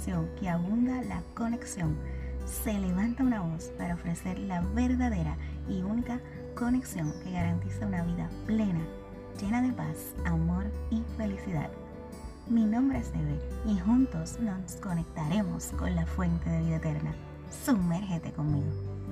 generación que abunda la conexión, se levanta una voz para ofrecer la verdadera y única conexión que garantiza una vida plena, llena de paz, amor y felicidad. Mi nombre es Eve y juntos nos conectaremos con la fuente de vida eterna. Sumérgete conmigo.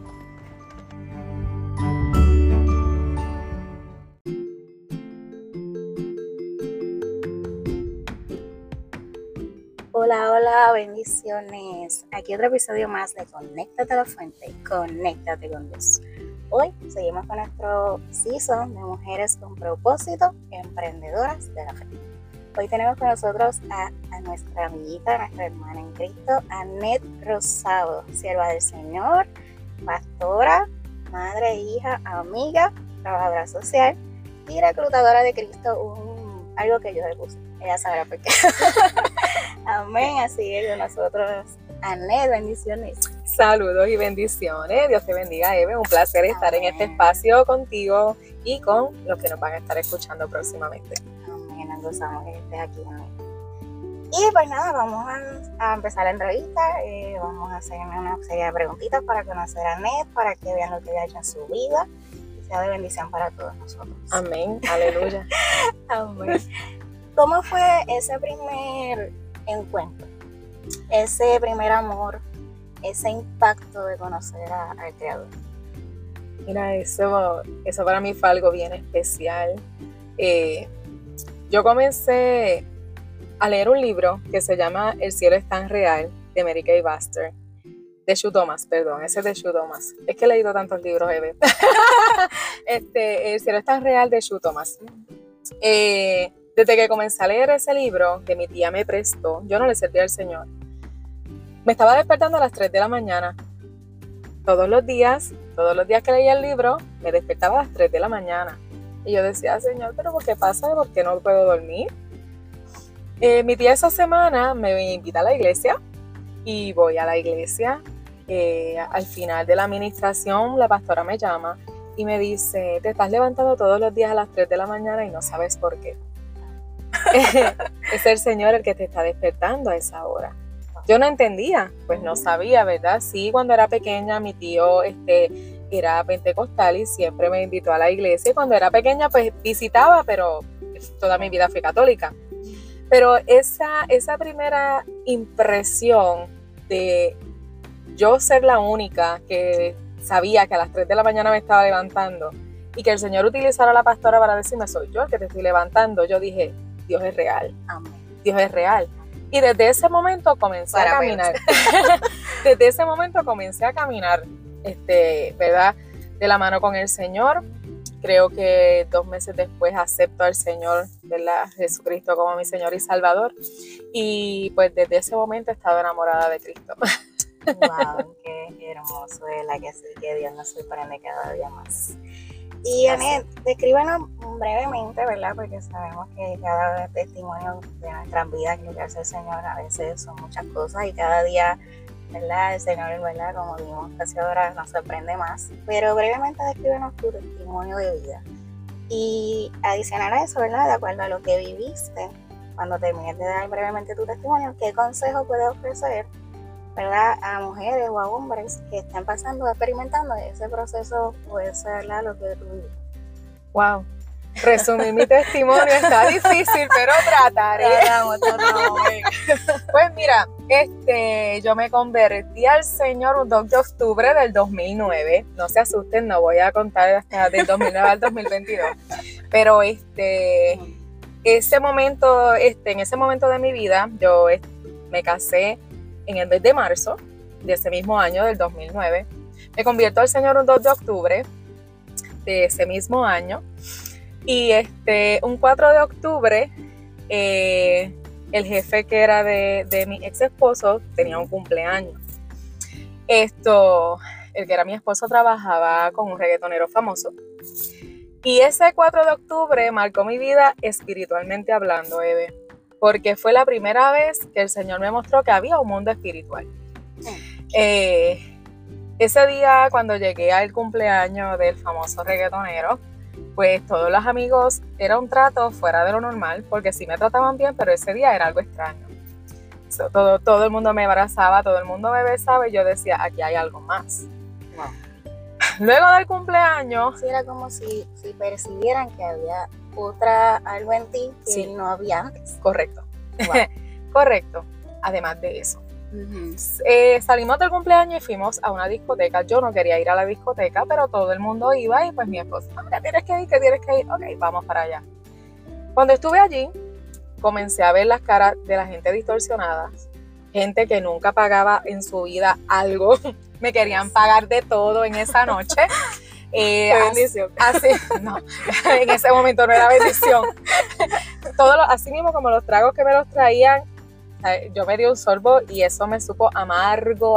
Hola, hola, bendiciones. Aquí otro episodio más de Conéctate a la Fuente, conéctate con Dios. Hoy seguimos con nuestro season de mujeres con propósito, emprendedoras de la fe. Hoy tenemos con nosotros a nuestra amiguita, nuestra hermana en Cristo, Annette Rosado, sierva del Señor, pastora, madre, hija, amiga, trabajadora social y reclutadora de Cristo, algo que yo le puse. Ella sabrá por qué. Amén. Así que con nosotros, Annette, bendiciones. Saludos y bendiciones. Dios te bendiga, Eve. Un placer estar en este espacio contigo y con los que nos van a estar escuchando próximamente. Amén. Nos gozamos que estés aquí, Annette. Y pues nada, vamos a empezar la entrevista. Vamos a hacer una serie de preguntitas para conocer a Annette, para que vean lo que ella ha hecho en su vida y sea de bendición para todos nosotros. Amén. Aleluya. Amén. ¿Cómo fue ese primer encuentro, ese primer amor, ese impacto de conocer al Creador? Mira, eso para mí fue algo bien especial. Yo comencé a leer un libro que se llama El cielo es tan real, de Mary Kay Baxter. De Sue Thomas, perdón, ese es de Sue Thomas. Es que he leído tantos libros, Eve. El cielo es tan real, de Sue Thomas. Desde que comencé a leer ese libro que mi tía me prestó, yo no le servía al Señor. Me estaba despertando a las 3 de la mañana. Todos los días que leía el libro, me despertaba a las 3 de la mañana. Y yo decía, Señor, ¿pero por qué pasa? ¿Por qué no puedo dormir? Mi tía esa semana me invita a la iglesia y voy a la iglesia. Al final de la administración, la pastora me llama y me dice, te estás levantando todos los días a las 3 de la mañana y no sabes por qué. Es el Señor el que te está despertando a esa hora. Yo no entendía, pues no sabía, ¿verdad? Sí, cuando era pequeña mi tío era pentecostal y siempre me invitó a la iglesia. Y cuando era pequeña pues visitaba, pero toda mi vida fui católica. Pero esa primera impresión de yo ser la única que sabía que a las 3 de la mañana me estaba levantando y que el Señor utilizara a la pastora para decirme, soy yo el que te estoy levantando, yo dije, Dios es real. Amén. Dios es real. Y desde ese momento comencé a caminar. Desde ese momento comencé a caminar, ¿verdad? De la mano con el Señor. Creo que 2 meses después acepto al Señor, ¿verdad? Jesucristo como mi Señor y Salvador. Y pues desde ese momento he estado enamorada de Cristo. Wow, qué hermoso, ¿verdad? Que sí, que Dios nos sorprende cada día más. Y Annette, descríbanos brevemente, ¿verdad? Porque sabemos que cada testimonio de nuestras vidas que lo que hace el Señor a veces son muchas cosas y cada día, ¿verdad? El Señor, ¿verdad? Como vimos casi ahora, nos sorprende más. Pero brevemente descríbanos tu testimonio de vida. Y adicional a eso, ¿verdad? De acuerdo a lo que viviste, cuando termines de dar brevemente tu testimonio, ¿qué consejo puedes ofrecer, ¿verdad? A mujeres o a hombres que están pasando, experimentando ese proceso o ese, ¿verdad? Lo que tú vives. Wow. Resumir mi testimonio está difícil, pero trataré. Pues mira, yo me convertí al Señor un 2 de octubre del 2009. No se asusten, no voy a contar hasta del 2009 al 2022. Pero en ese momento de mi vida, yo me casé en el mes de marzo de ese mismo año, del 2009. Me convierto al Señor un 2 de octubre de ese mismo año. Y un 4 de octubre, el jefe que era de mi ex esposo tenía un cumpleaños. El que era mi esposo trabajaba con un reggaetonero famoso. Y ese 4 de octubre marcó mi vida espiritualmente hablando, Eve. Porque fue la primera vez que el Señor me mostró que había un mundo espiritual. Ese día, cuando llegué al cumpleaños del famoso reggaetonero, pues todos los amigos era un trato fuera de lo normal, porque sí me trataban bien, pero ese día era algo extraño. Todo el mundo me abrazaba, todo el mundo me besaba y yo decía, aquí hay algo más. Wow. Luego del cumpleaños, Sí, era como si percibieran que había algo en ti que sí, no había antes. correcto. Wow. Correcto. Además de eso. Salimos del cumpleaños y fuimos a una discoteca. Yo no quería ir a la discoteca, pero todo el mundo iba y pues mi esposo, mira, tienes que ir. Ok, vamos para allá. Cuando estuve allí, comencé a ver las caras de la gente distorsionada, gente que nunca pagaba en su vida algo, me querían pagar de todo en esa noche. Bendición. Así, no, en ese momento no era bendición. Así mismo como los tragos que me los traían, yo me di un sorbo y eso me supo amargo.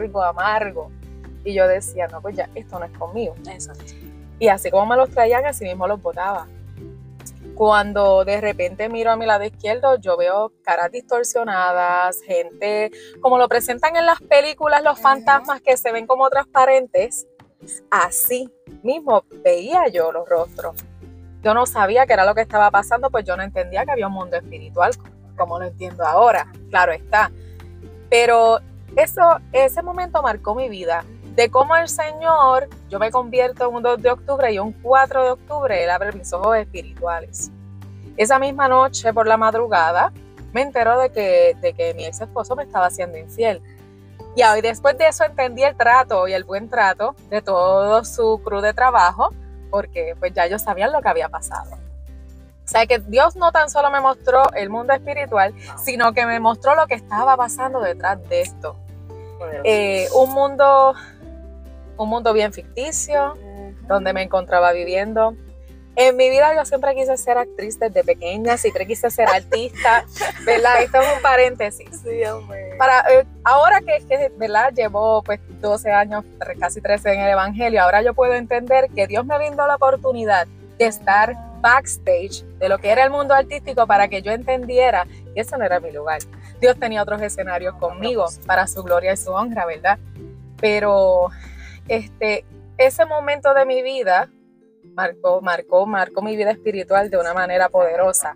Y yo decía, no, pues ya, esto no es conmigo. Exacto. Y así como me los traían, así mismo los botaba. Cuando de repente miro a mi lado izquierdo, yo veo caras distorsionadas, gente, como lo presentan en las películas, los fantasmas que se ven como transparentes, así mismo veía yo los rostros. Yo no sabía qué era lo que estaba pasando, pues yo no entendía que había un mundo espiritual, como lo entiendo ahora, claro está. Pero ese momento marcó mi vida, de cómo el Señor, yo me convierto en un 2 de octubre y un 4 de octubre, Él abre mis ojos espirituales. Esa misma noche, por la madrugada, me entero de que mi ex esposo me estaba haciendo infiel. Y hoy después de eso entendí el trato y el buen trato de todo su crew de trabajo, porque pues ya ellos sabían lo que había pasado. O sea que Dios no tan solo me mostró el mundo espiritual, sino que me mostró lo que estaba pasando detrás de esto. Un mundo bien ficticio, donde me encontraba viviendo. En mi vida yo siempre quise ser actriz desde pequeña, siempre quise ser artista, ¿verdad? Esto es un paréntesis. Sí, hombre. Ahora que, ¿verdad? Llevo pues 12 años, casi 13 en el Evangelio, ahora yo puedo entender que Dios me brindó la oportunidad de estar backstage de lo que era el mundo artístico para que yo entendiera que ese no era mi lugar. Dios tenía otros escenarios conmigo para su gloria y su honra, ¿verdad? Pero ese momento de mi vida marcó mi vida espiritual de una manera poderosa,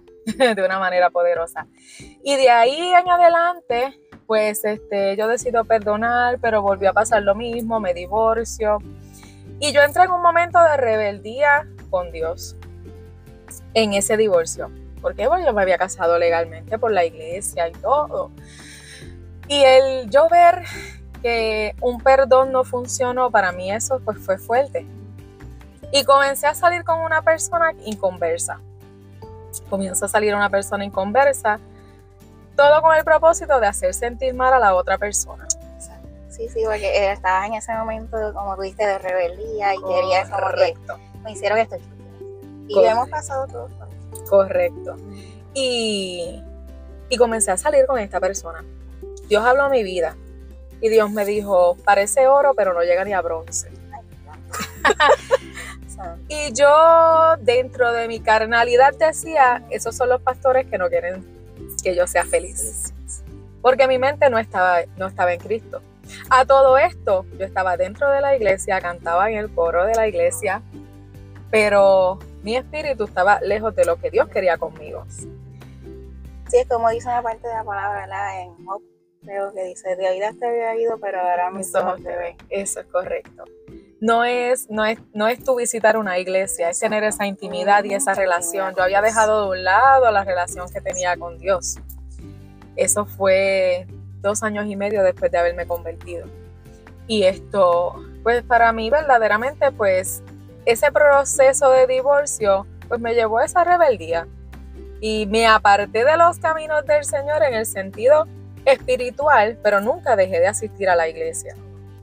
Y de ahí en adelante, pues yo decido perdonar, pero volvió a pasar lo mismo, me divorcio. Y yo entré en un momento de rebeldía con Dios en ese divorcio. Porque bueno, yo me había casado legalmente por la iglesia y todo. Y el yo ver que un perdón no funcionó, para mí eso pues fue fuerte. Y comencé a salir con una persona inconversa. Comienzo a salir una persona inconversa, todo con el propósito de hacer sentir mal a la otra persona. Sí, porque estabas en ese momento, como tú dijiste, de rebeldía y querías como que me hicieron esto. Y lo hemos pasado todos por eso. Correcto. Y comencé a salir con esta persona. Dios habló a mi vida. Y Dios me dijo, parece oro, pero no llega ni a bronce. Y yo, dentro de mi carnalidad, decía, esos son los pastores que no quieren que yo sea feliz. Porque mi mente no estaba en Cristo. A todo esto, yo estaba dentro de la iglesia, cantaba en el coro de la iglesia, pero mi espíritu estaba lejos de lo que Dios quería conmigo. Sí, es como dice una parte de la palabra, ¿verdad? En Job, creo que dice, de oídas te había ido, pero ahora mis ojos te ven. Eso es correcto. No es tú visitar una iglesia, es tener esa intimidad y esa relación. Yo había dejado de un lado la relación que tenía con Dios. Eso fue 2 años y medio después de haberme convertido. Y esto, pues para mí verdaderamente, pues ese proceso de divorcio, pues me llevó a esa rebeldía. Y me aparté de los caminos del Señor en el sentido espiritual, pero nunca dejé de asistir a la iglesia.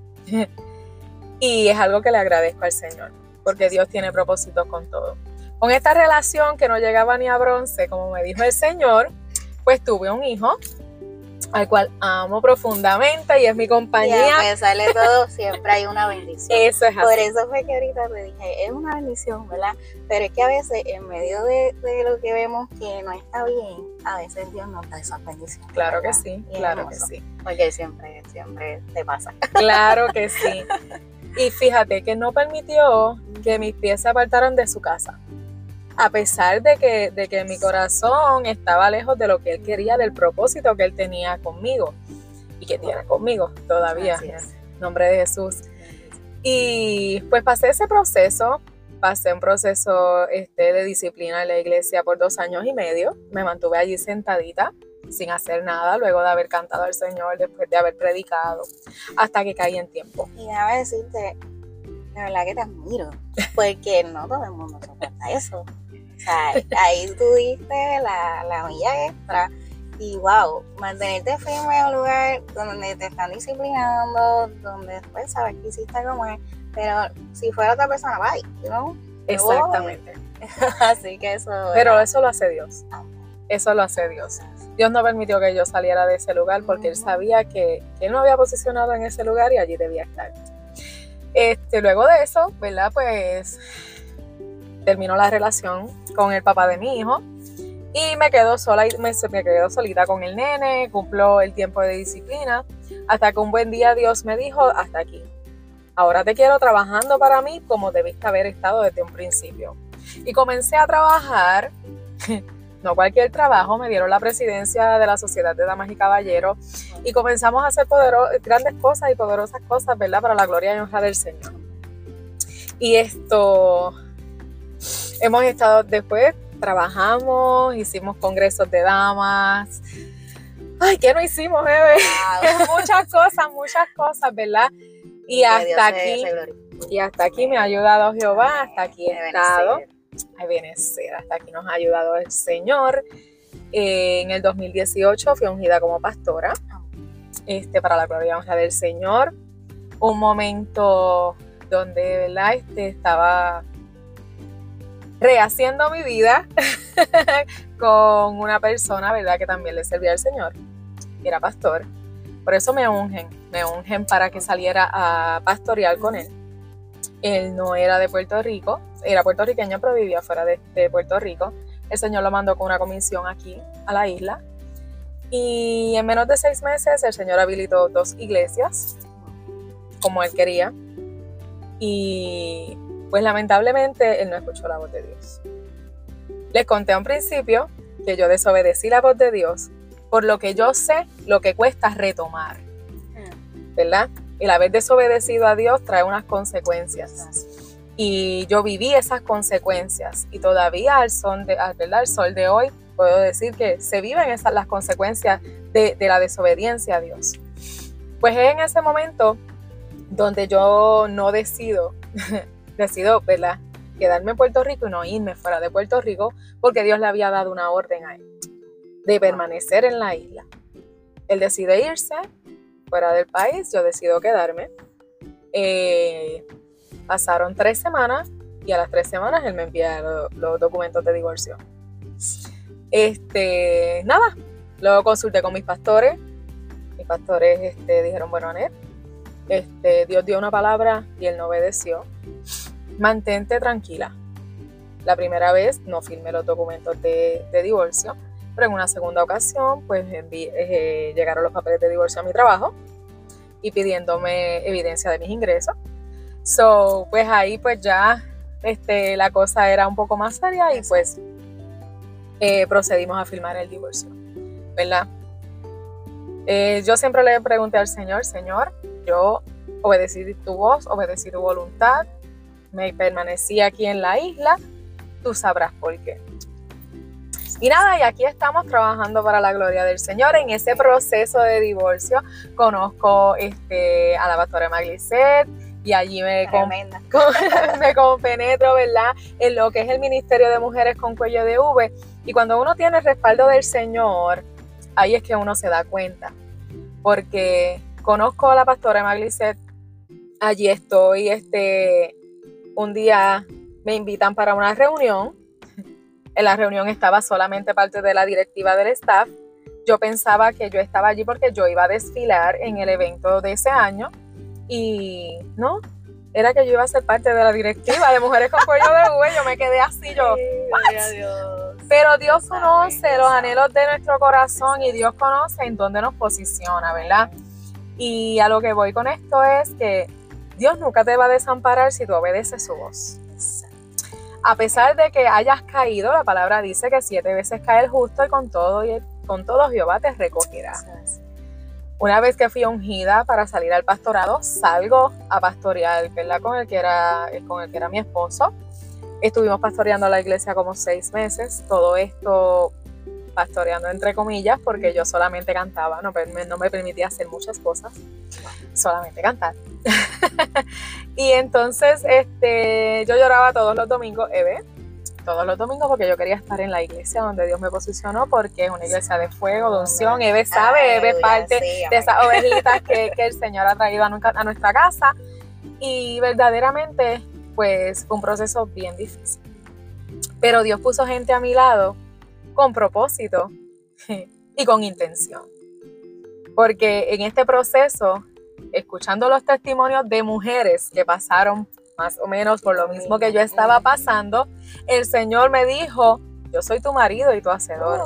Y es algo que le agradezco al Señor, porque Dios tiene propósitos con todo. Con esta relación que no llegaba ni a bronce, como me dijo el Señor, pues tuve un hijo, al cual amo profundamente y es mi compañía. Y a pesar de todo, siempre hay una bendición. Eso es así. Por eso fue que ahorita te dije, es una bendición, ¿verdad? Pero es que a veces, en medio de lo que vemos que no está bien, a veces Dios nos da esas bendiciones. Claro ¿verdad? que sí, Y claro hermoso, que sí. Porque siempre te pasa. Claro que sí. Y fíjate que no permitió que mis pies se apartaran de su casa. a pesar de que mi corazón estaba lejos de lo que Él quería, del propósito que Él tenía conmigo y que tiene conmigo todavía, en el nombre de Jesús. Y pues pasé ese proceso, pasé un proceso de disciplina en la iglesia por 2 años y medio, me mantuve allí sentadita, sin hacer nada, luego de haber cantado al Señor, después de haber predicado, hasta que caí en tiempo. Y déjame decirte, la verdad que te admiro, porque no todo el mundo soporta eso. O sea, ahí tú diste la milla extra y wow, mantenerte firme en un lugar donde te están disciplinando, donde después sabes que hiciste comer, pero si fuera otra persona, bye, ¿no? Exactamente. Así que eso... Pero eso lo hace Dios. Eso lo hace Dios. Dios no permitió que yo saliera de ese lugar porque Él sabía que Él me había posicionado en ese lugar y allí debía estar. Luego de eso, ¿verdad? Pues terminó la relación con el papá de mi hijo y me quedo sola y me quedo solita con el nene, cumplo el tiempo de disciplina, hasta que un buen día Dios me dijo, hasta aquí. Ahora te quiero trabajando para mí como debiste haber estado desde un principio. Y comencé a trabajar, no cualquier trabajo, me dieron la presidencia de la Sociedad de Damas y Caballeros y comenzamos a hacer grandes cosas y poderosas cosas, ¿verdad? Para la gloria y honra del Señor. Y hemos estado después, trabajamos, hicimos congresos de damas. Ay, ¿qué no hicimos, bebé? Wow. muchas cosas, ¿verdad? Y hasta aquí me ha ayudado Jehová, hasta aquí he estado. Hasta aquí nos ha ayudado el Señor. En el 2018 fui ungida como pastora, para la gloria y honra del Señor. Un momento donde, ¿verdad? Estaba rehaciendo mi vida con una persona, ¿verdad? Que también le servía al Señor, era pastor. Por eso me ungen para que saliera a pastorear con él. Él no era de Puerto Rico, era puertorriqueño, pero vivía fuera de Puerto Rico. El Señor lo mandó con una comisión aquí a la isla. Y en menos de 6 meses el Señor habilitó 2 iglesias, como Él quería. Y pues lamentablemente Él no escuchó la voz de Dios. Les conté a un principio que yo desobedecí la voz de Dios, por lo que yo sé lo que cuesta retomar, ¿verdad? El haber desobedecido a Dios trae unas consecuencias. Y yo viví esas consecuencias. Y todavía al sol de hoy puedo decir que se viven las consecuencias de la desobediencia a Dios. Pues es en ese momento donde yo no decido, ¿verdad?, quedarme en Puerto Rico y no irme fuera de Puerto Rico, porque Dios le había dado una orden a él de permanecer en la isla. Él decide irse fuera del país, yo decido quedarme. Pasaron 3 semanas y a las 3 semanas él me envía los documentos de divorcio. Nada, luego consulté con mis pastores. Mis pastores dijeron, bueno, Anet, Dios dio una palabra y él no obedeció. Mantente tranquila. La primera vez no firmé los documentos de divorcio, pero en una segunda ocasión pues llegaron los papeles de divorcio a mi trabajo y pidiéndome evidencia de mis ingresos. Pues ahí pues ya la cosa era un poco más seria y pues procedimos a firmar el divorcio, ¿verdad? Yo siempre le pregunté al Señor, yo obedecí tu voz, obedecí tu voluntad, me permanecí aquí en la isla, tú sabrás por qué. Y nada, y aquí estamos trabajando para la gloria del Señor. En ese proceso de divorcio conozco a la pastora Maglicet y allí me compenetro, ¿verdad?, en lo que es el Ministerio de Mujeres con Cuello de V. Y cuando uno tiene el respaldo del Señor, ahí es que uno se da cuenta. Porque conozco a la pastora Maglicet, allí estoy, un día me invitan para una reunión. En la reunión estaba solamente parte de la directiva del staff. Yo pensaba que yo estaba allí porque yo iba a desfilar en el evento de ese año y no, era que yo iba a ser parte de la directiva de Mujeres con Cuello de V. Yo me quedé así, Pero Dios conoce los anhelos de nuestro corazón y Dios conoce en dónde nos posiciona, ¿verdad? Y a lo que voy con esto es que Dios nunca te va a desamparar si tú obedeces su voz. A pesar de que hayas caído, la palabra dice que 7 veces cae el justo y con todo Jehová te recogerá. Una vez que fui ungida para salir al pastorado, salgo a pastorear, ¿verdad? Con el que era mi esposo. Estuvimos pastoreando la iglesia como 6 meses. Todo esto pastoreando entre comillas, porque yo solamente cantaba, no me permitía hacer muchas cosas, solamente cantar. Y entonces yo lloraba todos los domingos, todos los domingos, porque yo quería estar en la iglesia donde Dios me posicionó, porque es una iglesia de fuego, de unción. Eve sabe, Eve es parte de esas ovejitas que el Señor ha traído a nuestra casa. Y verdaderamente, pues, fue un proceso bien difícil. Pero Dios puso gente a mi lado con propósito y con intención. Porque en este proceso, escuchando los testimonios de mujeres que pasaron más o menos por lo mismo que yo estaba pasando, el Señor me dijo: yo soy tu marido y tu hacedor.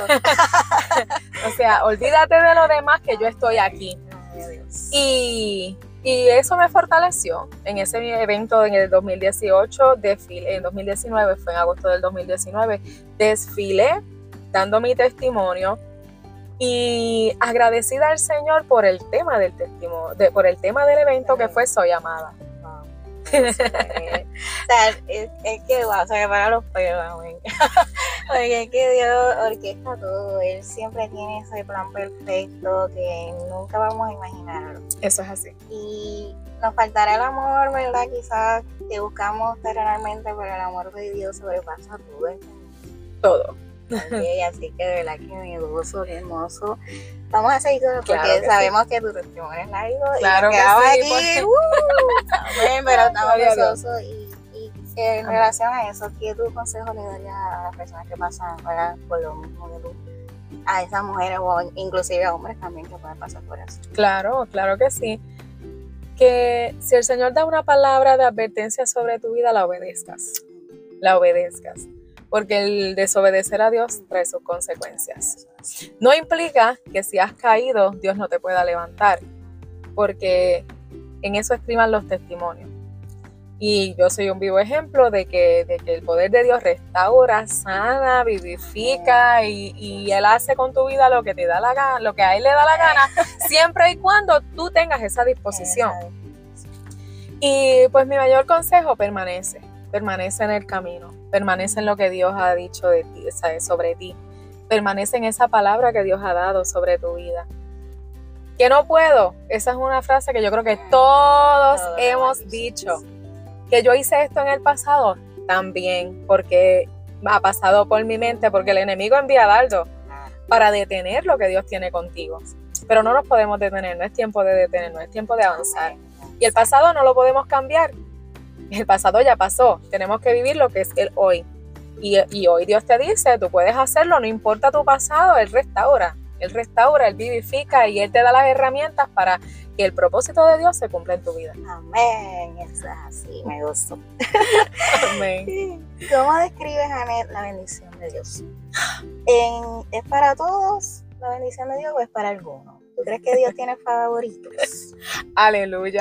O sea, olvídate de lo demás, que yo estoy aquí. Y eso me fortaleció. En ese evento en el 2018, en 2019, fue en agosto del 2019, desfilé dando mi testimonio y agradecida al Señor por el tema del testimonio, por el tema del evento, que fue Soy Amada. O sea, es que wow, se me paran los pelos, porque es que Dios orquesta todo. Él siempre tiene ese plan perfecto que nunca vamos a imaginar. Eso es así. Y nos faltará el amor, ¿verdad? Quizás que buscamos terrenalmente, pero el amor de Dios sobrepasa todo. Okay, así que de verdad que me gozo, qué hermoso. Vamos a seguir porque claro sabemos sí, que tu testimonio es largo. Claro y que aquí, sí. pero estamos gozosos. Y en relación a eso, ¿qué tu consejo le darías a las personas que pasan, ¿verdad?, por lo mismo que tú? A esas mujeres o inclusive a hombres también que pueden pasar por eso. Claro que sí. Que si el Señor da una palabra de advertencia sobre tu vida, la obedezcas. Porque el desobedecer a Dios trae sus consecuencias. No implica que si has caído, Dios no te pueda levantar, porque en eso estriban los testimonios. Y yo soy un vivo ejemplo de que el poder de Dios restaura, sana, vivifica, y Él hace con tu vida lo que te da la gana, lo que a Él le da la gana, siempre y cuando tú tengas esa disposición. Y pues mi mayor consejo: permanece en el camino, permanece en lo que Dios ha dicho de ti, sobre ti, permanece en esa palabra que Dios ha dado sobre tu vida. Que no puedo, esa es una frase que yo creo que todos hemos dicho. Que yo hice esto en el pasado, también, porque ha pasado por mi mente, porque el enemigo envía dardos para detener lo que Dios tiene contigo. Pero no nos podemos detener, no es tiempo de detenernos, es tiempo de avanzar. Y el pasado no lo podemos cambiar. El pasado ya pasó, tenemos que vivir lo que es el hoy. Y hoy Dios te dice: tú puedes hacerlo, no importa tu pasado. Él restaura, Él vivifica, y Él te da las herramientas para que el propósito de Dios se cumpla en tu vida. Amén, eso es así, me gustó. Amén. ¿Cómo describes, Anet, la bendición de Dios? ¿Es para todos la bendición de Dios o es para algunos? ¿Tú crees que Dios tiene favoritos? Aleluya.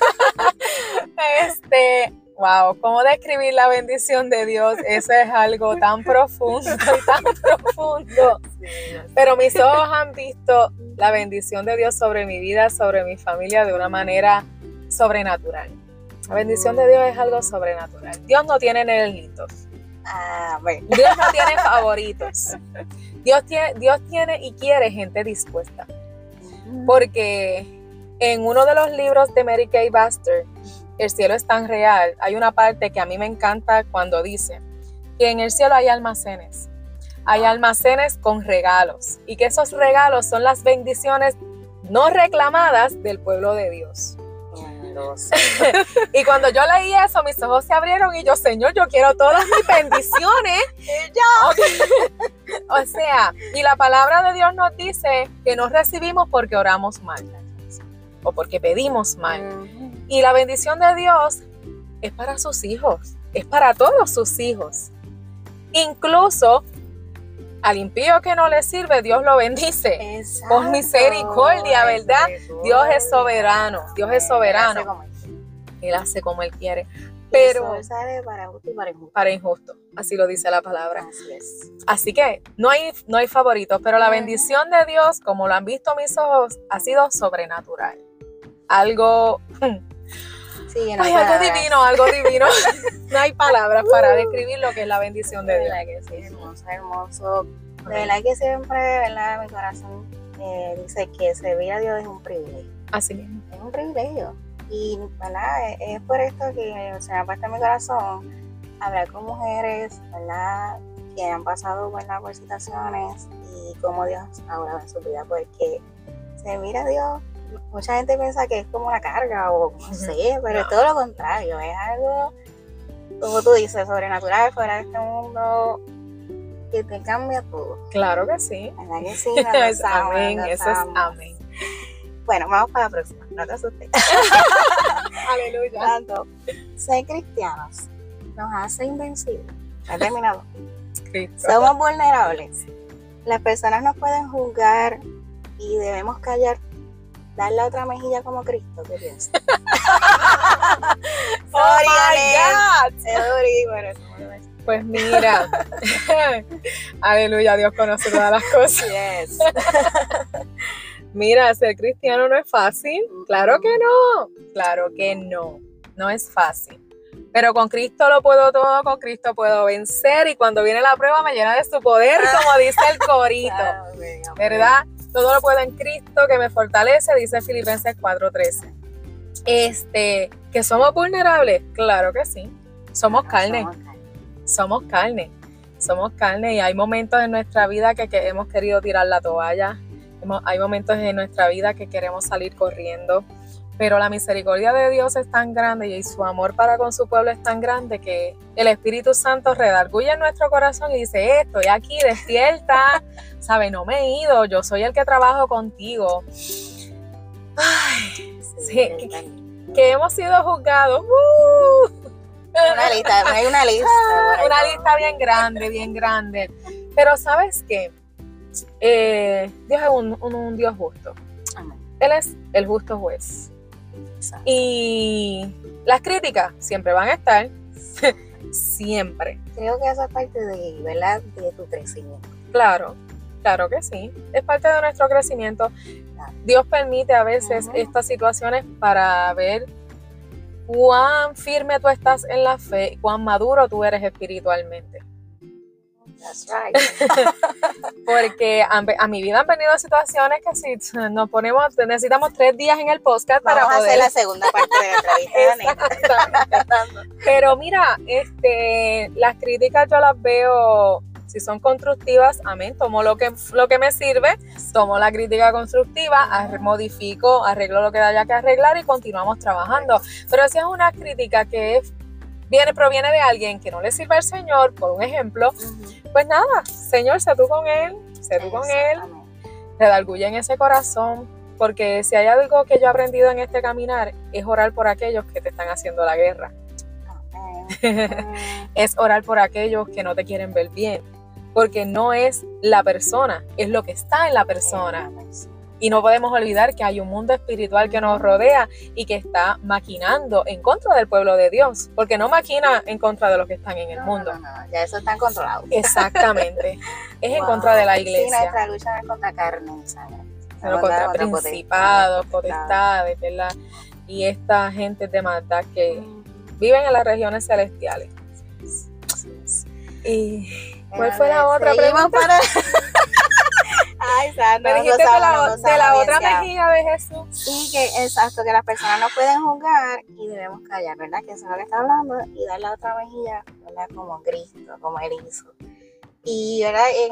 Wow, ¿cómo describir la bendición de Dios? Eso es algo tan profundo y tan profundo. Pero mis ojos han visto la bendición de Dios sobre mi vida, sobre mi familia, de una manera sobrenatural. La bendición de Dios es algo sobrenatural. Dios no tiene enemitos. Bueno. Dios no tiene favoritos. Dios tiene y quiere gente dispuesta. Porque en uno de los libros de Mary Kay Baxter, El cielo es tan real, hay una parte que a mí me encanta cuando dice que en el cielo hay almacenes. Hay almacenes con regalos, y que esos regalos son las bendiciones no reclamadas del pueblo de Dios. Y cuando yo leí eso, mis ojos se abrieron y yo: Señor, yo quiero todas mis bendiciones. O sea, y la palabra de Dios nos dice que no recibimos porque oramos mal o porque pedimos mal. Y la bendición de Dios es para sus hijos, es para todos sus hijos. Incluso al impío que no le sirve, Dios lo bendice. Exacto. Con misericordia, ¿verdad? Dios es soberano. Él hace como Él quiere. Pero el sol sale para justo y para injusto. Para injusto, así lo dice la palabra. Así es. Así que no hay favoritos, pero la bendición de Dios, como lo han visto mis ojos, ha sido sobrenatural. Algo... Sí, no Ay, algo divino. No hay palabras para describir lo que es la bendición de Dios. De verdad que sí, hermoso, hermoso. De verdad que siempre, ¿verdad? Mi corazón dice que servir a Dios es un privilegio. Así mismo. Es un privilegio. Y, ¿verdad? Es por esto que se me ha puesto en mi corazón hablar con mujeres, ¿verdad? Que han pasado, ¿verdad? Por situaciones y cómo Dios ha obrado en su vida, porque servir a Dios, mucha gente piensa que es como una carga o no sé, pero es todo lo contrario, es algo, como tú dices, sobrenatural, fuera de este mundo, que te cambia todo. Claro que sí. ¿Verdad que sí? Es amén, eso es amén. Bueno, vamos para la próxima, no te asustes. Aleluya. Tanto, ser cristianos nos hace invencibles. ¿Ha terminado? Cristo. Somos vulnerables. Las personas nos pueden juzgar y debemos callar, dar la otra mejilla como Cristo. ¿Qué piensas? ¡Oh, my God! Pues mira, aleluya, Dios conoce todas las cosas. Yes. Mira, ser cristiano no es fácil. Claro que no es fácil. Pero con Cristo lo puedo todo, con Cristo puedo vencer y cuando viene la prueba me llena de su poder, como dice el corito, ¿verdad? Todo lo puedo en Cristo que me fortalece, dice Filipenses 4:13. ¿Que somos vulnerables? Claro que sí. Somos carne y hay momentos en nuestra vida que hemos querido tirar la toalla, hay momentos en nuestra vida que queremos salir corriendo, pero la misericordia de Dios es tan grande y su amor para con su pueblo es tan grande que el Espíritu Santo redarguye en nuestro corazón y dice, estoy aquí, despierta, ¿sabe? No me he ido, yo soy el que trabajo contigo. Ay, sí, que hemos sido juzgados. Una lista. Una lista bien grande. Pero ¿sabes qué? Dios es un Dios justo. Amén. Él es el justo juez. Exacto. Y las críticas siempre van a estar. Siempre. Creo que eso es parte de, ¿verdad? De tu crecimiento. Claro que sí. Es parte de nuestro crecimiento. Dios permite a veces estas situaciones para ver cuán firme tú estás en la fe y cuán maduro tú eres espiritualmente. That's right. Porque a mi vida han venido situaciones que si nos ponemos, necesitamos 3 días en el podcast para Vamos poder a hacer la segunda parte de la entrevista. Pero mira, las críticas yo las veo, si son constructivas, amén, tomo lo que me sirve, tomo la crítica constructiva, modifico, arreglo lo que haya que arreglar y continuamos trabajando. Pero si es una crítica que proviene de alguien que no le sirve al Señor, por un ejemplo, pues nada, Señor, sé tú con él, redarguye en ese corazón, porque si hay algo que yo he aprendido en este caminar, es orar por aquellos que te están haciendo la guerra. Es orar por aquellos que no te quieren ver bien, porque no es la persona, es lo que está en la persona. Y no podemos olvidar que hay un mundo espiritual que nos rodea y que está maquinando en contra del pueblo de Dios, porque no maquina en contra de los que están en el mundo. No, ya eso está controlado. Exactamente. Es en contra de la iglesia. Sí, nuestra lucha no es contra carne y sangre, sino contra principados, potestades, ¿verdad? Y esta gente de maldad que viven en las regiones celestiales. ¿Y cuál fue la otra pregunta? Ay, santo, me dijiste de la otra mejilla de Jesús. Sí, exacto, que las personas no pueden juzgar y debemos callar, ¿verdad? Que eso es lo que está hablando, y dar la otra mejilla, ¿verdad? Como Cristo, como Él hizo. Y, ¿verdad? En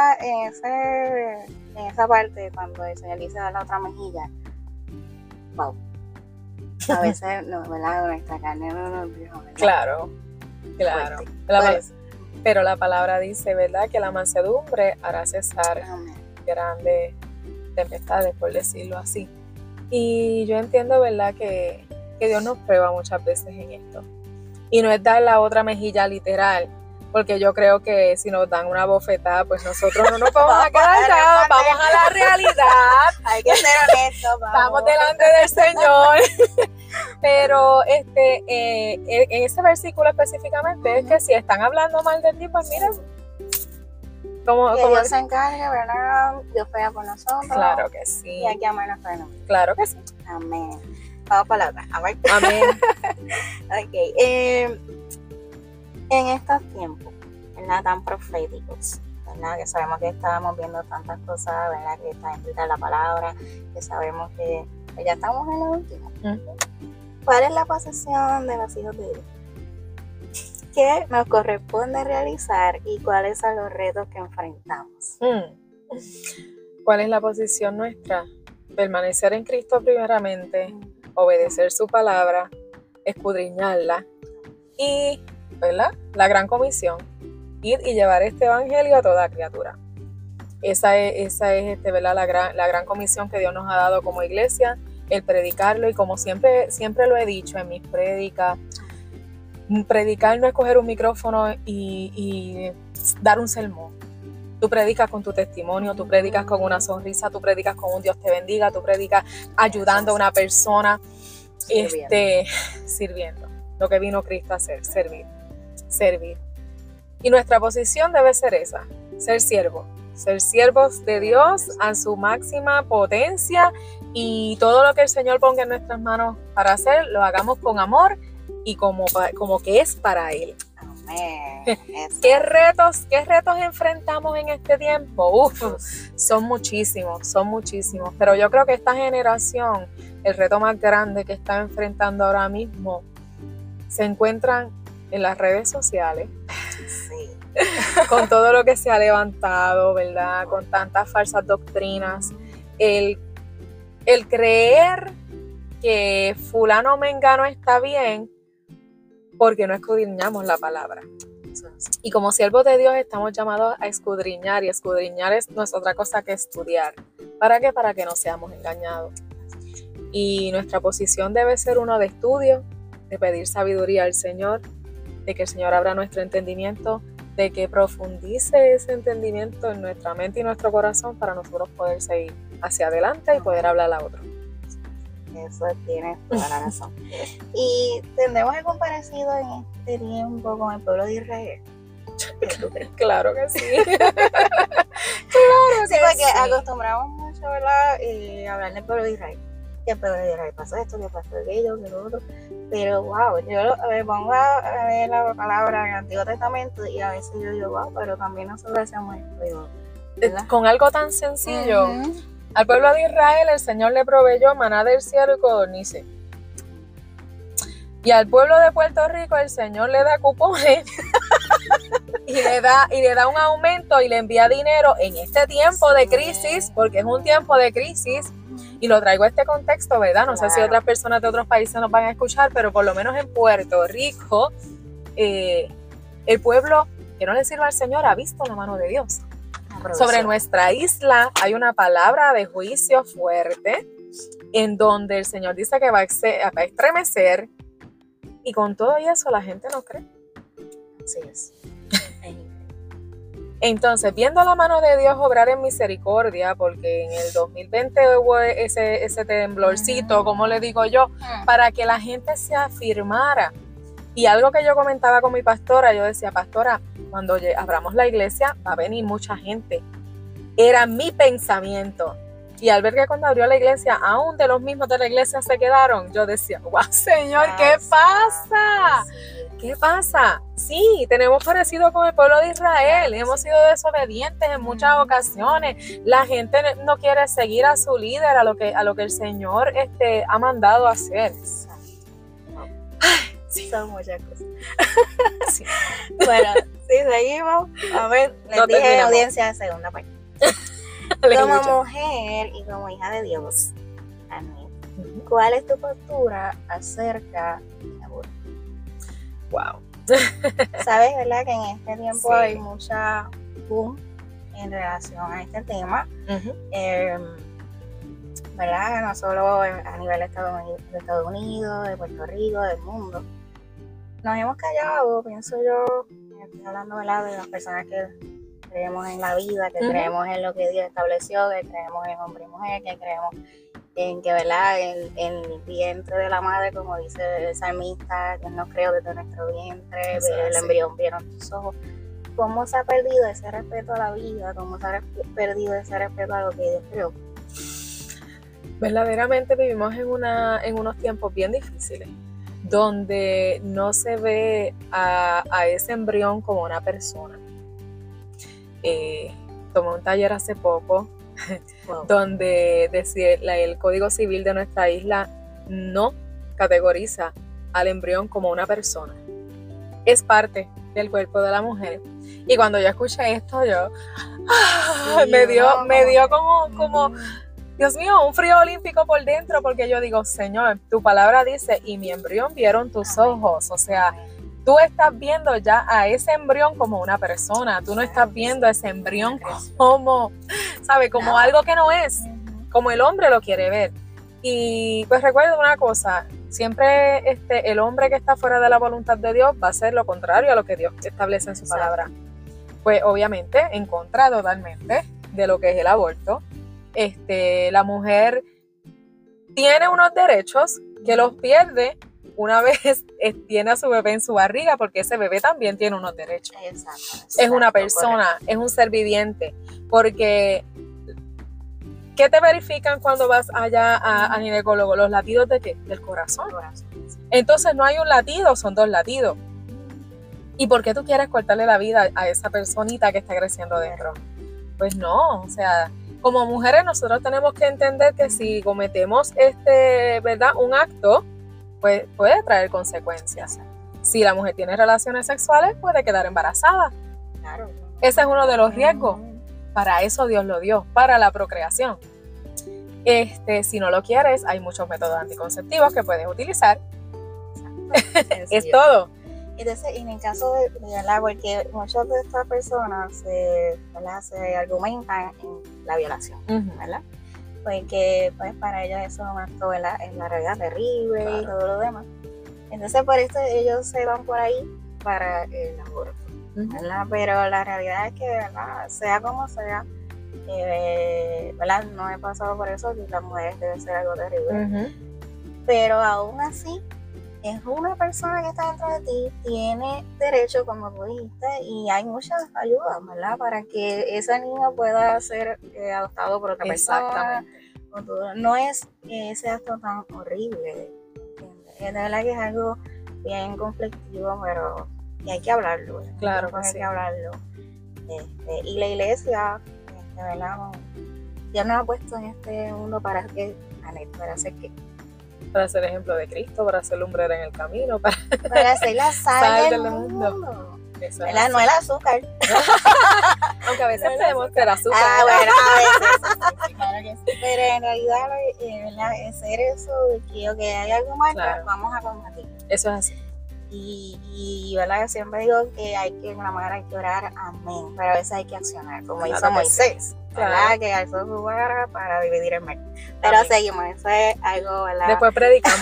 esa parte, cuando el Señor dice dar la otra mejilla, wow. A veces, no, ¿verdad? Nuestra carne no nos dio, ¿verdad? Claro. Pero la palabra dice, ¿verdad? Que la mansedumbre hará cesar grandes tempestades, por decirlo así. Y yo entiendo, ¿verdad? Que Dios nos prueba muchas veces en esto. Y no es dar la otra mejilla literal, porque yo creo que si nos dan una bofetada, pues nosotros no nos vamos a quedar callados, vamos a la realidad. Hay que ser honestos, vamos. Estamos delante del Señor. Pero en ese versículo específicamente es que si están hablando mal de ti, pues mira, que Dios se encargue, ¿verdad? Dios pega por nosotros. Claro que sí. Y hay que amarnos por nosotros. Claro que sí. Amén. Vamos para la otra. Amén. Ok. En estos tiempos, ¿verdad? Tan proféticos, ¿verdad? Que sabemos que estábamos viendo tantas cosas, ¿verdad? Que está escrita la palabra, que sabemos que ya estamos en lo último. ¿Cuál es la posición de los hijos de Dios? ¿Qué nos corresponde realizar y cuáles son los retos que enfrentamos? ¿Cuál es la posición nuestra? Permanecer en Cristo primeramente, obedecer su palabra, escudriñarla y, ¿verdad? La gran comisión, ir y llevar este evangelio a toda criatura. Esa es ¿verdad? La gran comisión que Dios nos ha dado como iglesia, el predicarlo, y como siempre lo he dicho en mis prédicas, predicar no es coger un micrófono y dar un sermón. Tú predicas con tu testimonio, tú predicas con una sonrisa, tú predicas con un Dios te bendiga, tú predicas ayudando a una persona, sirviendo. Lo que vino Cristo a hacer, servir. Y nuestra posición debe ser esa, ser siervos de Dios a su máxima potencia, y todo lo que el Señor ponga en nuestras manos para hacer, lo hagamos con amor y como que es para Él. Amén. ¿Qué retos enfrentamos en este tiempo? Son muchísimos, pero yo creo que esta generación, el reto más grande que está enfrentando ahora mismo, se encuentran en las redes sociales. Sí. Con todo lo que se ha levantado, ¿verdad? Con tantas falsas doctrinas, el creer que fulano o mengano está bien porque no escudriñamos la palabra. Y como siervos de Dios estamos llamados a escudriñar, y escudriñar no es otra cosa que estudiar. ¿Para qué? Para que no seamos engañados. Y nuestra posición debe ser uno de estudio, de pedir sabiduría al Señor, de que el Señor abra nuestro entendimiento, de que profundice ese entendimiento en nuestra mente y nuestro corazón para nosotros poder seguir hacia adelante y poder hablar a otro. Eso tiene toda la razón. ¿Y tendremos algo parecido en este tiempo con el pueblo de Israel? Claro que sí. Sí, porque acostumbramos mucho, ¿verdad? Hablar del pueblo de Israel. Que el pueblo de Israel pasó esto, que pasó aquello, que lo otro. Pero wow, yo me pongo a ver la palabra en el Antiguo Testamento y a veces yo digo, wow, pero también nosotros hacemos esto, ¿verdad? Con algo tan sencillo. Al pueblo de Israel el Señor le proveyó maná del cielo y codornices. Y al pueblo de Puerto Rico el Señor le da cupones y le da un aumento y le envía dinero en este tiempo de crisis, porque es un tiempo de crisis. Y lo traigo a este contexto, ¿verdad? No sé si otras personas de otros países nos van a escuchar, pero por lo menos en Puerto Rico, el pueblo, que no le sirva al Señor, ha visto la mano de Dios. Sobre nuestra isla hay una palabra de juicio fuerte, en donde el Señor dice que va a estremecer, y con todo eso la gente no cree. Así es. Entonces, viendo la mano de Dios obrar en misericordia, porque en el 2020 hubo ese temblorcito, como le digo yo, para que la gente se afirmara. Y algo que yo comentaba con mi pastora, yo decía, pastora, cuando abramos la iglesia va a venir mucha gente. Era mi pensamiento. Y al ver que cuando abrió la iglesia, aún de los mismos de la iglesia se quedaron, yo decía, wow, Señor, ¿qué pasa? ¿Qué pasa? Sí, tenemos parecido con el pueblo de Israel. Hemos sido desobedientes en muchas ocasiones. La gente no quiere seguir a su líder, a lo que el Señor ha mandado hacer. Sí. Son muchas cosas. Sí. Bueno, si seguimos, a ver, les dije audiencia de segunda parte. Como mujer y como hija de Dios, amén. ¿Cuál es tu postura acerca del aborto? Wow. Sabes, ¿verdad? Que en este tiempo hay mucha boom en relación a este tema. ¿Verdad? No solo a nivel de Estados Unidos, de Puerto Rico, del mundo. Nos hemos callado, pienso yo, estoy hablando, ¿verdad?, de las personas que creemos en la vida, que creemos en lo que Dios estableció, que creemos en hombre y mujer, que creemos en que, ¿verdad? El vientre de la madre, como dice el salmista, que no creo desde nuestro vientre, el embrión vieron tus ojos. ¿Cómo se ha perdido ese respeto a la vida? ¿Cómo se ha perdido ese respeto a lo que Dios creó? Verdaderamente vivimos en unos tiempos bien difíciles, donde no se ve a ese embrión como una persona. Tomé un taller hace poco, wow, donde decía el Código Civil de nuestra isla no categoriza al embrión como una persona. Es parte del cuerpo de la mujer. Y cuando yo escuché esto, yo sí, me dio como Dios mío, un frío olímpico por dentro, porque yo digo, Señor, tu palabra dice, y mi embrión vieron tus ojos. O sea, tú estás viendo ya a ese embrión como una persona. Tú no estás viendo a ese embrión como, ¿sabe? Como algo que no es, como el hombre lo quiere ver. Y pues recuerda una cosa, siempre el hombre que está fuera de la voluntad de Dios va a hacer lo contrario a lo que Dios establece en su palabra. Pues obviamente en contra totalmente de lo que es el aborto. La mujer tiene unos derechos que los pierde una vez tiene a su bebé en su barriga, porque ese bebé también tiene unos derechos. Exacto, es una persona, correcto, es un ser viviente, porque ¿qué te verifican cuando vas allá a ginecólogo? ¿Los latidos de qué? Del corazón. Entonces no hay un latido, son dos latidos. ¿Y por qué tú quieres cortarle la vida a esa personita que está creciendo dentro? Pues no, o sea, como mujeres nosotros tenemos que entender que si cometemos ¿verdad? Un acto, pues puede traer consecuencias. Si la mujer tiene relaciones sexuales, puede quedar embarazada. Claro. Ese es uno de los riesgos. Para eso Dios lo dio, para la procreación. Si no lo quieres, hay muchos métodos anticonceptivos que puedes utilizar. Es todo. Entonces, en el caso de ¿verdad? Porque muchas de estas personas se argumentan en la violación, ¿verdad? Porque pues para ellos eso es un acto, ¿verdad? Es la realidad terrible, claro, y todo lo demás. Entonces por eso ellos se van por ahí para el aborto, ¿verdad? Pero la realidad es que, ¿verdad? Sea como sea, ¿verdad? No he pasado por eso, y las mujeres debe ser algo terrible. Pero aún así, es una persona que está dentro de ti, tiene derecho, como tú dijiste, y hay muchas ayudas, ¿verdad? Para que ese niño pueda ser adoptado por otra persona. No es ese acto tan horrible. Es de verdad que es algo bien conflictivo, pero hay que hablarlo. Claro que hay sí. que hablarlo. Y la iglesia, ¿verdad? Dios nos ha puesto en este mundo para hacer qué. Para ser ejemplo de Cristo, para ser lumbrera en el camino, para ser la sal del mundo. ¿Verdad? No el azúcar. Aunque a veces tenemos que el azúcar. Bueno, a veces sí, claro que sí. Pero en realidad, ¿verdad? Es ser eso de que hay algo mal, claro, vamos a combatir. Eso es así. Y ¿verdad? Siempre digo que una mujer hay que orar, amén, pero a veces hay que accionar, como claro hizo Moisés, sí, ¿verdad? Claro. Que alzó su vara para dividir el mar. Pero amén, seguimos, eso es algo, ¿verdad? Después predicamos.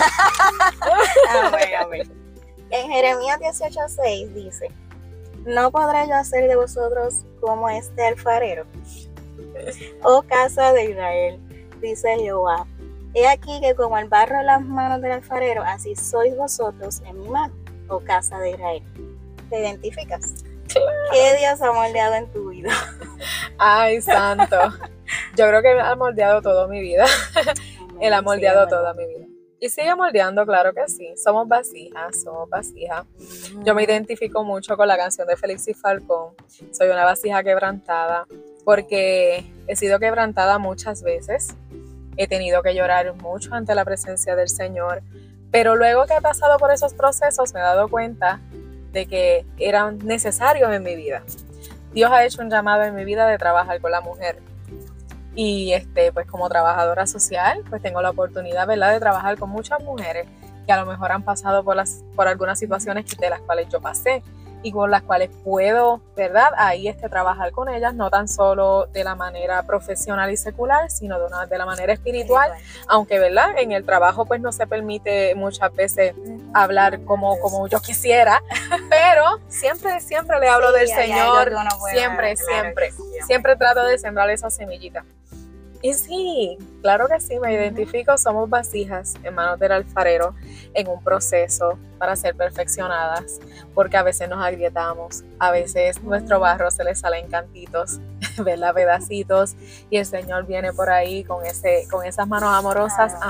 Amén. En Jeremías 18:6 dice: ¿no podré yo hacer de vosotros como este alfarero? Oh casa de Israel, dice Jehová, he aquí que como el barro en las manos del alfarero, así sois vosotros en mi mano, oh casa de Israel. ¿Te identificas? Claro. ¿Qué Dios ha moldeado en tu vida? Ay, santo. Yo creo que Él ha moldeado toda mi vida. Él ha moldeado toda mi vida. Y sigue moldeando, claro que sí. Somos vasijas. Yo me identifico mucho con la canción de Félix y Falcón. Soy una vasija quebrantada, porque he sido quebrantada muchas veces. He tenido que llorar mucho ante la presencia del Señor. Pero luego que he pasado por esos procesos, me he dado cuenta de que eran necesarios en mi vida. Dios ha hecho un llamado en mi vida de trabajar con la mujer. Y pues como trabajadora social, pues tengo la oportunidad, ¿verdad?, de trabajar con muchas mujeres que a lo mejor han pasado por algunas situaciones de las cuales yo pasé y con las cuales puedo, ¿verdad?, ahí trabajar con ellas, no tan solo de la manera profesional y secular, sino de la manera espiritual, aunque, ¿verdad?, en el trabajo pues no se permite muchas veces hablar como yo quisiera, pero siempre le hablo del Señor, siempre trato de sembrar esa semillita. Y sí, claro que sí, me identifico, somos vasijas en manos del alfarero en un proceso para ser perfeccionadas, porque a veces nos agrietamos, a veces nuestro barro se le salen cantitos, ¿verdad? Pedacitos, y el Señor viene por ahí con esas manos amorosas a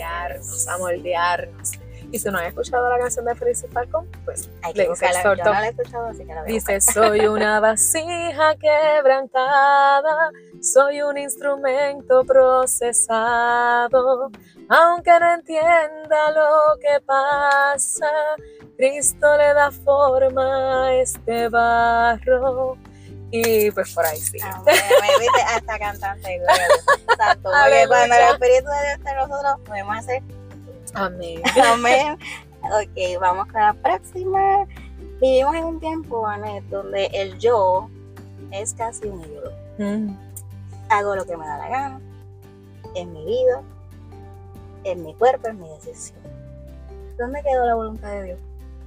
moldearnos. Y si no has escuchado la canción de Feliz Falcón, pues le dice el exhorto. Yo no la he escuchado, así que la veo. Dice, soy una vasija quebrantada, soy un instrumento procesado, aunque no entienda lo que pasa, Cristo le da forma a este barro. Y pues por ahí sí. Me viste hasta cantante. Exacto. Porque cuando el Espíritu de Dios está en nosotros, podemos hacer. Amén. Amén. Ok, vamos con la próxima. Vivimos en un tiempo, Anet, donde el yo es casi un ídolo. Hago lo que me da la gana, en mi vida, en mi cuerpo, en mi decisión. ¿Dónde quedó la voluntad de Dios?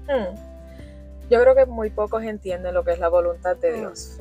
Yo creo que muy pocos entienden lo que es la voluntad de Dios.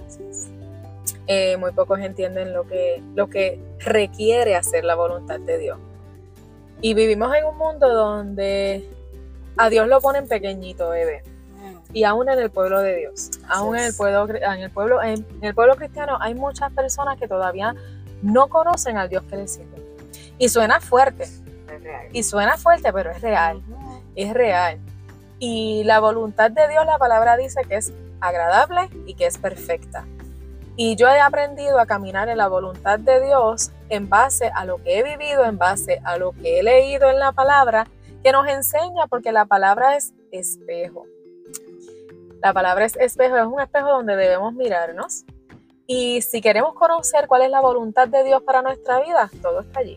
Muy pocos entienden lo que requiere hacer la voluntad de Dios. Y vivimos en un mundo donde a Dios lo ponen pequeñito, bebé. Y aún en el pueblo de Dios, aún en el pueblo cristiano, hay muchas personas que todavía no conocen al Dios que les sirve. Y suena fuerte. Y suena fuerte, pero es real. Es real. Y la voluntad de Dios, la palabra dice que es agradable y que es perfecta. Y yo he aprendido a caminar en la voluntad de Dios en base a lo que he vivido, en base a lo que he leído en la palabra, que nos enseña, porque la palabra es espejo. La palabra es espejo, es un espejo donde debemos mirarnos. Y si queremos conocer cuál es la voluntad de Dios para nuestra vida, todo está allí.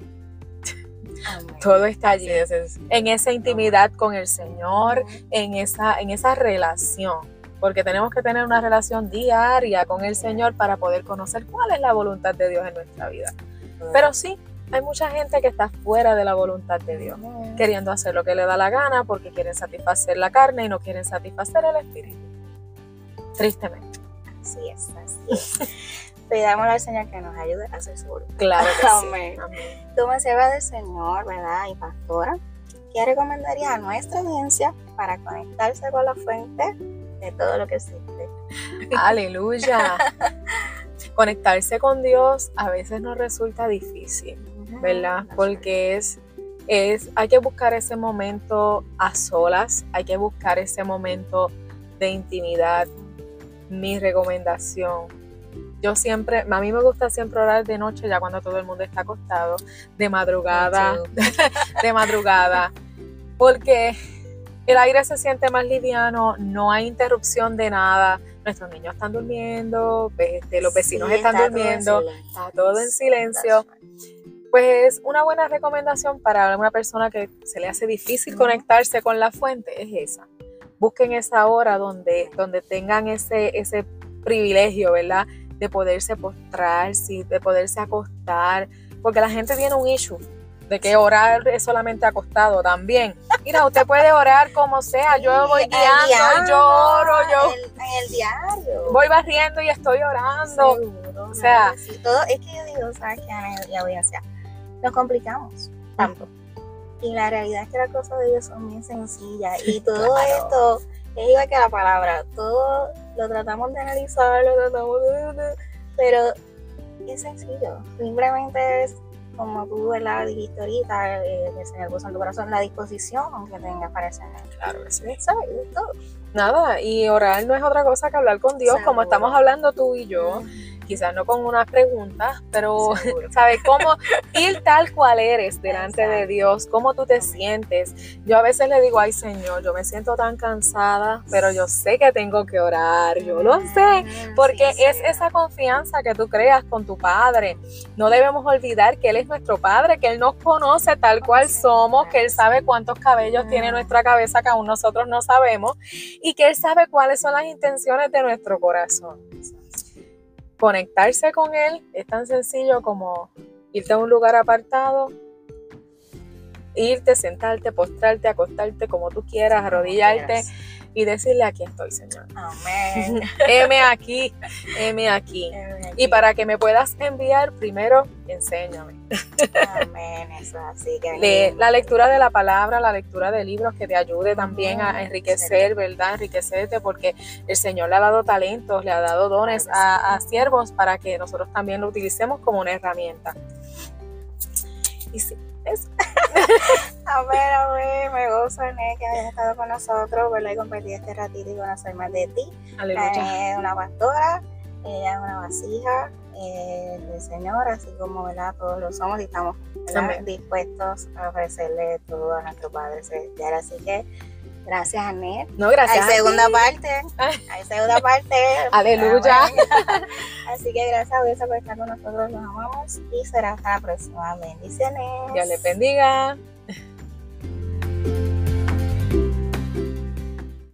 Todo está allí. En esa intimidad con el Señor, en esa relación. Porque tenemos que tener una relación diaria con el Señor para poder conocer cuál es la voluntad de Dios en nuestra vida. Pero sí, hay mucha gente que está fuera de la voluntad de Dios, queriendo hacer lo que le da la gana porque quieren satisfacer la carne y no quieren satisfacer el espíritu. Tristemente. Así es. Pidamos al Señor que nos ayude a hacer su voluntad. Claro que Amén. Sí. Amén. Como sierva del Señor, ¿verdad? Y pastora, ¿qué recomendaría a nuestra audiencia para conectarse con la fuente de todo lo que existe? Aleluya. Conectarse con Dios a veces nos resulta difícil, ¿verdad? Porque hay que buscar ese momento a solas, hay que buscar ese momento de intimidad. Mi recomendación, a mí me gusta siempre orar de noche, ya cuando todo el mundo está acostado, de madrugada, porque el aire se siente más liviano, no hay interrupción de nada, nuestros niños están durmiendo, los vecinos están durmiendo, está todo en silencio. Pues una buena recomendación para una persona que se le hace difícil conectarse con la fuente es esa. Busquen esa hora donde tengan ese privilegio, ¿verdad? De poderse postrar, de poderse acostar, porque la gente tiene un issue de que orar es solamente acostado también. Mira, usted puede orar como sea, yo voy guiando y yo oro, en el diario. Voy barriendo y estoy orando. Seguro, o sea, sí, todo, es que yo digo, ¿sabes qué, Ana y audiencia? Nos complicamos tanto. Y la realidad es que las cosas de Dios son bien sencillas. Y todo esto es igual que la palabra. Todo lo tratamos de analizar, pero es sencillo. Simplemente es como tú, ¿verdad? Dijiste ahorita, que el Señor puso en tu corazón la disposición que tengas para ese. Claro que sí. ¿Sabes? Todo. Nada, y orar no es otra cosa que hablar con Dios, seguro, como estamos hablando tú y yo. Quizás no con unas preguntas, pero ¿sabes cómo ir tal cual eres delante de Dios? ¿Cómo tú te sientes? Yo a veces le digo, ay Señor, yo me siento tan cansada, pero yo sé que tengo que orar, yo lo sé, porque es esa confianza que tú creas con tu Padre. No debemos olvidar que Él es nuestro Padre, que Él nos conoce tal cual somos, que Él sabe cuántos cabellos tiene nuestra cabeza que aún nosotros no sabemos, y que Él sabe cuáles son las intenciones de nuestro corazón. Conectarse con Él es tan sencillo como irte a un lugar apartado, irte, sentarte, postrarte, acostarte, como tú quieras, arrodillarte, y decirle: aquí estoy, Señor. Amén. Heme aquí, heme aquí. Y para que me puedas enviar, primero, enséñame. Amén, eso así que La lectura de la palabra, la lectura de libros que te ayude también a enriquecer, ¿verdad? Enriquecerte, porque el Señor le ha dado talentos, le ha dado dones a siervos para que nosotros también lo utilicemos como una herramienta. Y sí, eso. Amén, me gozo, Anet, que hayas estado con nosotros, ¿verdad? Y compartir este ratito y conocer más de ti. Aleluya. Es una pastora, ella es una vasija del Señor, así como, ¿verdad? Todos lo somos y estamos, ¿verdad? Dispuestos a ofrecerle todo a nuestro Padre Celestial. Así que gracias, Anet. No, gracias. Hay segunda parte. Hay segunda parte. Aleluya. Así que gracias a Dios por estar con nosotros. Los amamos y será hasta la próxima. Bendiciones. Dios les bendiga.